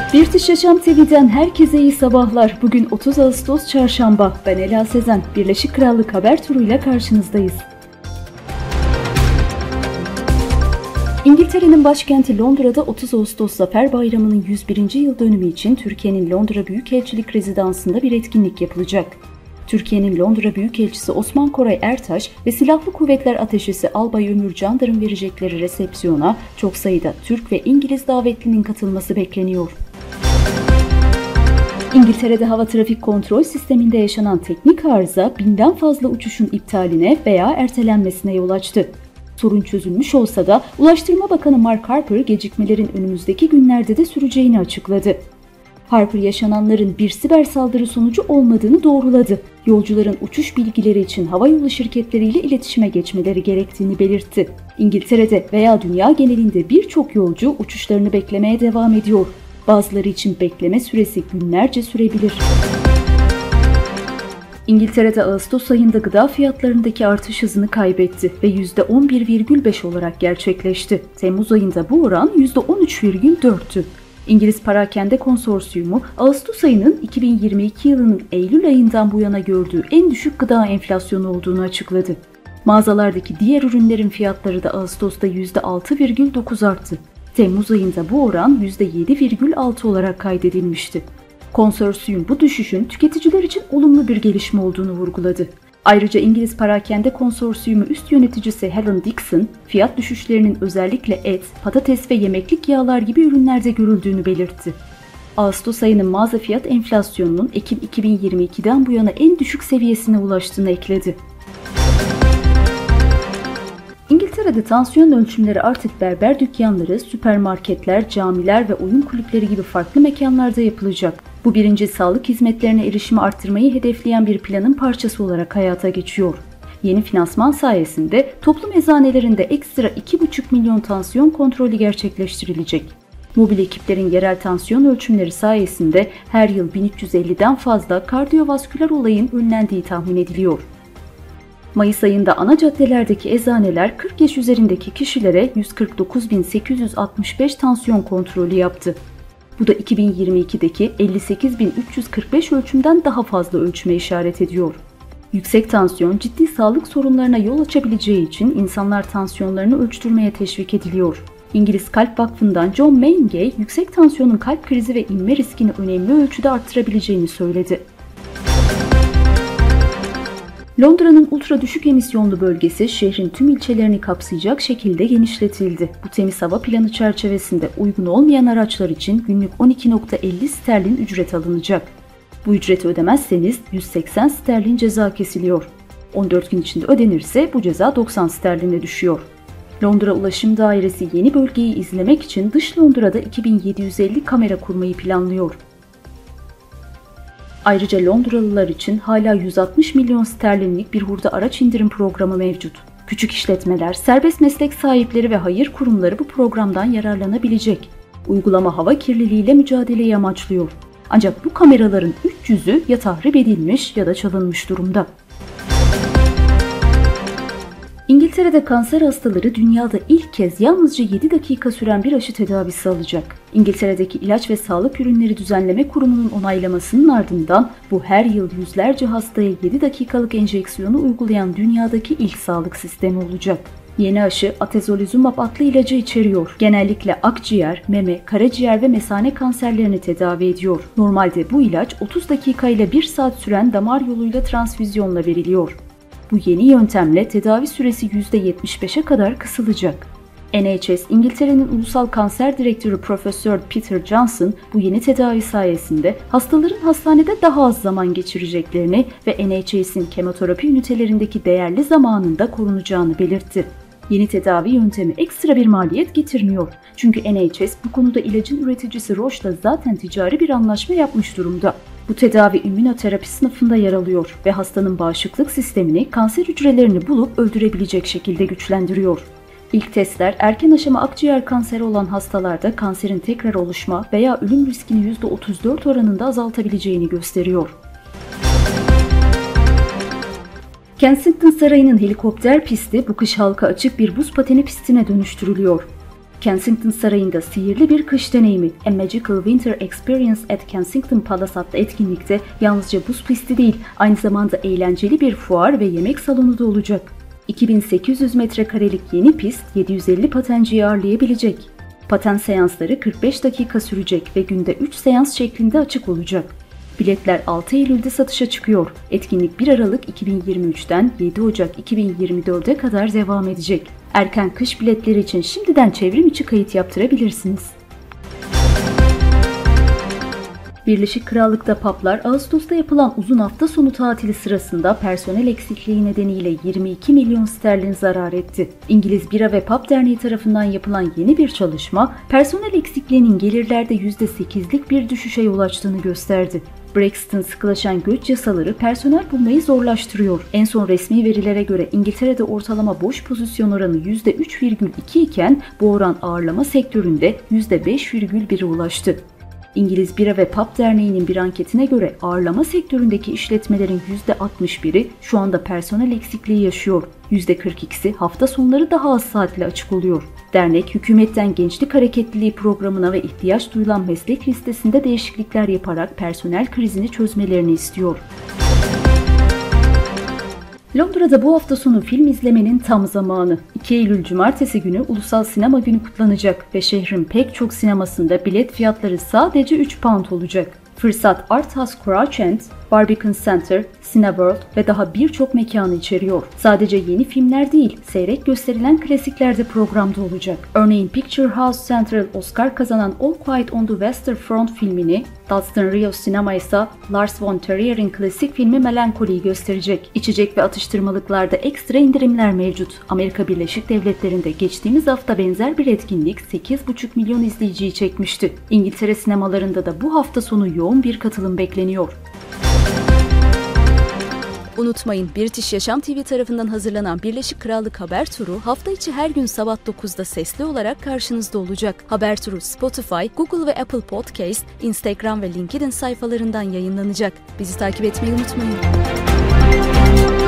British Yaşam TV'den herkese iyi sabahlar. Bugün 30 Ağustos Çarşamba. Ben Ela Sezen. Birleşik Krallık haber turuyla karşınızdayız. İngiltere'nin başkenti Londra'da 30 Ağustos Zafer Bayramı'nın 101. yıl dönümü için Türkiye'nin Londra Büyükelçilik Rezidansı'nda bir etkinlik yapılacak. Türkiye'nin Londra Büyükelçisi Osman Koray Ertaş ve Silahlı Kuvvetler Ateşisi Albay Ömür Candar'ın verecekleri resepsiyona çok sayıda Türk ve İngiliz davetlinin katılması bekleniyor. İngiltere'de hava trafik kontrol sisteminde yaşanan teknik arıza 1000'den fazla uçuşun iptaline veya ertelenmesine yol açtı. Sorun çözülmüş olsa da Ulaştırma Bakanı Mark Harper gecikmelerin önümüzdeki günlerde de süreceğini açıkladı. Harper yaşananların bir siber saldırı sonucu olmadığını doğruladı. Yolcuların uçuş bilgileri için havayolu şirketleriyle iletişime geçmeleri gerektiğini belirtti. İngiltere'de veya dünya genelinde birçok yolcu uçuşlarını beklemeye devam ediyor. Bazıları için bekleme süresi günlerce sürebilir. İngiltere'de Ağustos ayında gıda fiyatlarındaki artış hızını kaybetti ve %11,5 olarak gerçekleşti. Temmuz ayında bu oran %13,4'tü. İngiliz Parakende Konsorsiyumu, Ağustos ayının 2022 yılının Eylül ayından bu yana gördüğü en düşük gıda enflasyonu olduğunu açıkladı. Mağazalardaki diğer ürünlerin fiyatları da Ağustos'ta %6,9 arttı. Temmuz ayında bu oran %7,6 olarak kaydedilmişti. Konsorsiyum bu düşüşün tüketiciler için olumlu bir gelişme olduğunu vurguladı. Ayrıca İngiliz Parakende Konsorsiyumu üst yöneticisi Helen Dixon, fiyat düşüşlerinin özellikle et, patates ve yemeklik yağlar gibi ürünlerde görüldüğünü belirtti. Ağustos ayının mağaza fiyat enflasyonunun Ekim 2022'den bu yana en düşük seviyesine ulaştığını ekledi. İngiltere'de tansiyon ölçümleri artık berber dükkanları, süpermarketler, camiler ve oyun kulüpleri gibi farklı mekanlarda yapılacak. Bu birinci sağlık hizmetlerine erişimi arttırmayı hedefleyen bir planın parçası olarak hayata geçiyor. Yeni finansman sayesinde toplum eczanelerinde ekstra 2,5 milyon tansiyon kontrolü gerçekleştirilecek. Mobil ekiplerin yerel tansiyon ölçümleri sayesinde her yıl 1350'den fazla kardiyovasküler olayın önlendiği tahmin ediliyor. Mayıs ayında ana caddelerdeki eczaneler 40 yaş üzerindeki kişilere 149.865 tansiyon kontrolü yaptı. Bu da 2022'deki 58.345 ölçümden daha fazla ölçüme işaret ediyor. Yüksek tansiyon ciddi sağlık sorunlarına yol açabileceği için insanlar tansiyonlarını ölçtürmeye teşvik ediliyor. İngiliz Kalp Vakfı'ndan John Maingay, yüksek tansiyonun kalp krizi ve inme riskini önemli ölçüde arttırabileceğini söyledi. Londra'nın ultra düşük emisyonlu bölgesi şehrin tüm ilçelerini kapsayacak şekilde genişletildi. Bu temiz hava planı çerçevesinde uygun olmayan araçlar için günlük 12,50 sterlin ücret alınacak. Bu ücreti ödemezseniz 180 sterlin ceza kesiliyor. 14 gün içinde ödenirse bu ceza 90 sterline düşüyor. Londra Ulaşım Dairesi yeni bölgeyi izlemek için dış Londra'da 2750 kamera kurmayı planlıyor. Ayrıca Londralılar için hala 160 milyon sterlinlik bir hurda araç indirim programı mevcut. Küçük işletmeler, serbest meslek sahipleri ve hayır kurumları bu programdan yararlanabilecek. Uygulama hava kirliliğiyle mücadeleyi amaçlıyor. Ancak bu kameraların 300'ü ya tahrip edilmiş ya da çalınmış durumda. İngiltere'de kanser hastaları dünyada ilk kez yalnızca 7 dakika süren bir aşı tedavisi alacak. İngiltere'deki İlaç ve Sağlık Ürünleri Düzenleme Kurumu'nun onaylamasının ardından bu her yıl yüzlerce hastaya 7 dakikalık enjeksiyonu uygulayan dünyadaki ilk sağlık sistemi olacak. Yeni aşı atezolizumab adlı ilacı içeriyor. Genellikle akciğer, meme, karaciğer ve mesane kanserlerini tedavi ediyor. Normalde bu ilaç 30 dakika ile 1 saat süren damar yoluyla transfüzyonla veriliyor. Bu yeni yöntemle tedavi süresi %75'e kadar kısılacak. NHS, İngiltere'nin Ulusal Kanser Direktörü Profesör Peter Johnson, bu yeni tedavi sayesinde hastaların hastanede daha az zaman geçireceklerini ve NHS'in kemoterapi ünitelerindeki değerli zamanında korunacağını belirtti. Yeni tedavi yöntemi ekstra bir maliyet getirmiyor. Çünkü NHS bu konuda ilacın üreticisi Roche'la zaten ticari bir anlaşma yapmış durumda. Bu tedavi immünoterapi sınıfında yer alıyor ve hastanın bağışıklık sistemini kanser hücrelerini bulup öldürebilecek şekilde güçlendiriyor. İlk testler erken aşama akciğer kanseri olan hastalarda kanserin tekrar oluşma veya ölüm riskini %34 oranında azaltabileceğini gösteriyor. Kensington Sarayı'nın helikopter pisti bu kış halka açık bir buz pateni pistine dönüştürülüyor. Kensington Sarayı'nda sihirli bir kış deneyimi A Magical Winter Experience at Kensington Palace adlı etkinlikte yalnızca buz pisti değil, aynı zamanda eğlenceli bir fuar ve yemek salonu da olacak. 2800 metrekarelik yeni pist 750 patenciyi ağırlayabilecek. Paten seansları 45 dakika sürecek ve günde 3 seans şeklinde açık olacak. Biletler 6 Eylül'de satışa çıkıyor. Etkinlik 1 Aralık 2023'ten 7 Ocak 2024'e kadar devam edecek. Erken kış biletleri için şimdiden çevrim içi kayıt yaptırabilirsiniz. Birleşik Krallık'ta publar Ağustos'ta yapılan uzun hafta sonu tatili sırasında personel eksikliği nedeniyle 22 milyon sterlin zarar etti. İngiliz Bira ve Pub Derneği tarafından yapılan yeni bir çalışma, personel eksikliğinin gelirlerde %8'lik bir düşüşe yol açtığını gösterdi. Brexit'in sıkılaşan göç yasaları personel bulmayı zorlaştırıyor. En son resmi verilere göre İngiltere'de ortalama boş pozisyon oranı %3,2 iken bu oran ağırlama sektöründe %5,1'e ulaştı. İngiliz Bira ve Pub Derneği'nin bir anketine göre ağırlama sektöründeki işletmelerin %61'i şu anda personel eksikliği yaşıyor. %42'si hafta sonları daha az saatle açık oluyor. Dernek, hükümetten gençlik hareketliliği programına ve ihtiyaç duyulan meslek listesinde değişiklikler yaparak personel krizini çözmelerini istiyor. Londra'da bu hafta sonu film izlemenin tam zamanı. 2 Eylül Cumartesi günü Ulusal Sinema Günü kutlanacak ve şehrin pek çok sinemasında bilet fiyatları sadece 3 pound olacak. Fırsat Art House Crouch End, Barbican Center, Cineworld ve daha birçok mekanı içeriyor. Sadece yeni filmler değil, seyrek gösterilen klasikler de programda olacak. Örneğin Picture House Central Oscar kazanan All Quiet on the Western Front filmini, Dalston Rio Sinema ise Lars von Trier'in klasik filmi Melancholy'yi gösterecek. İçecek ve atıştırmalıklarda ekstra indirimler mevcut. Amerika Birleşik Devletleri'nde geçtiğimiz hafta benzer bir etkinlik 8,5 milyon izleyiciyi çekmişti. İngiltere sinemalarında da bu hafta sonu yoğun bir katılım bekleniyor. Unutmayın, British Yaşam TV tarafından hazırlanan Birleşik Krallık Haber Turu hafta içi her gün sabah 9'da sesli olarak karşınızda olacak. Haber Turu Spotify, Google ve Apple Podcast, Instagram ve LinkedIn sayfalarından yayınlanacak. Bizi takip etmeyi unutmayın.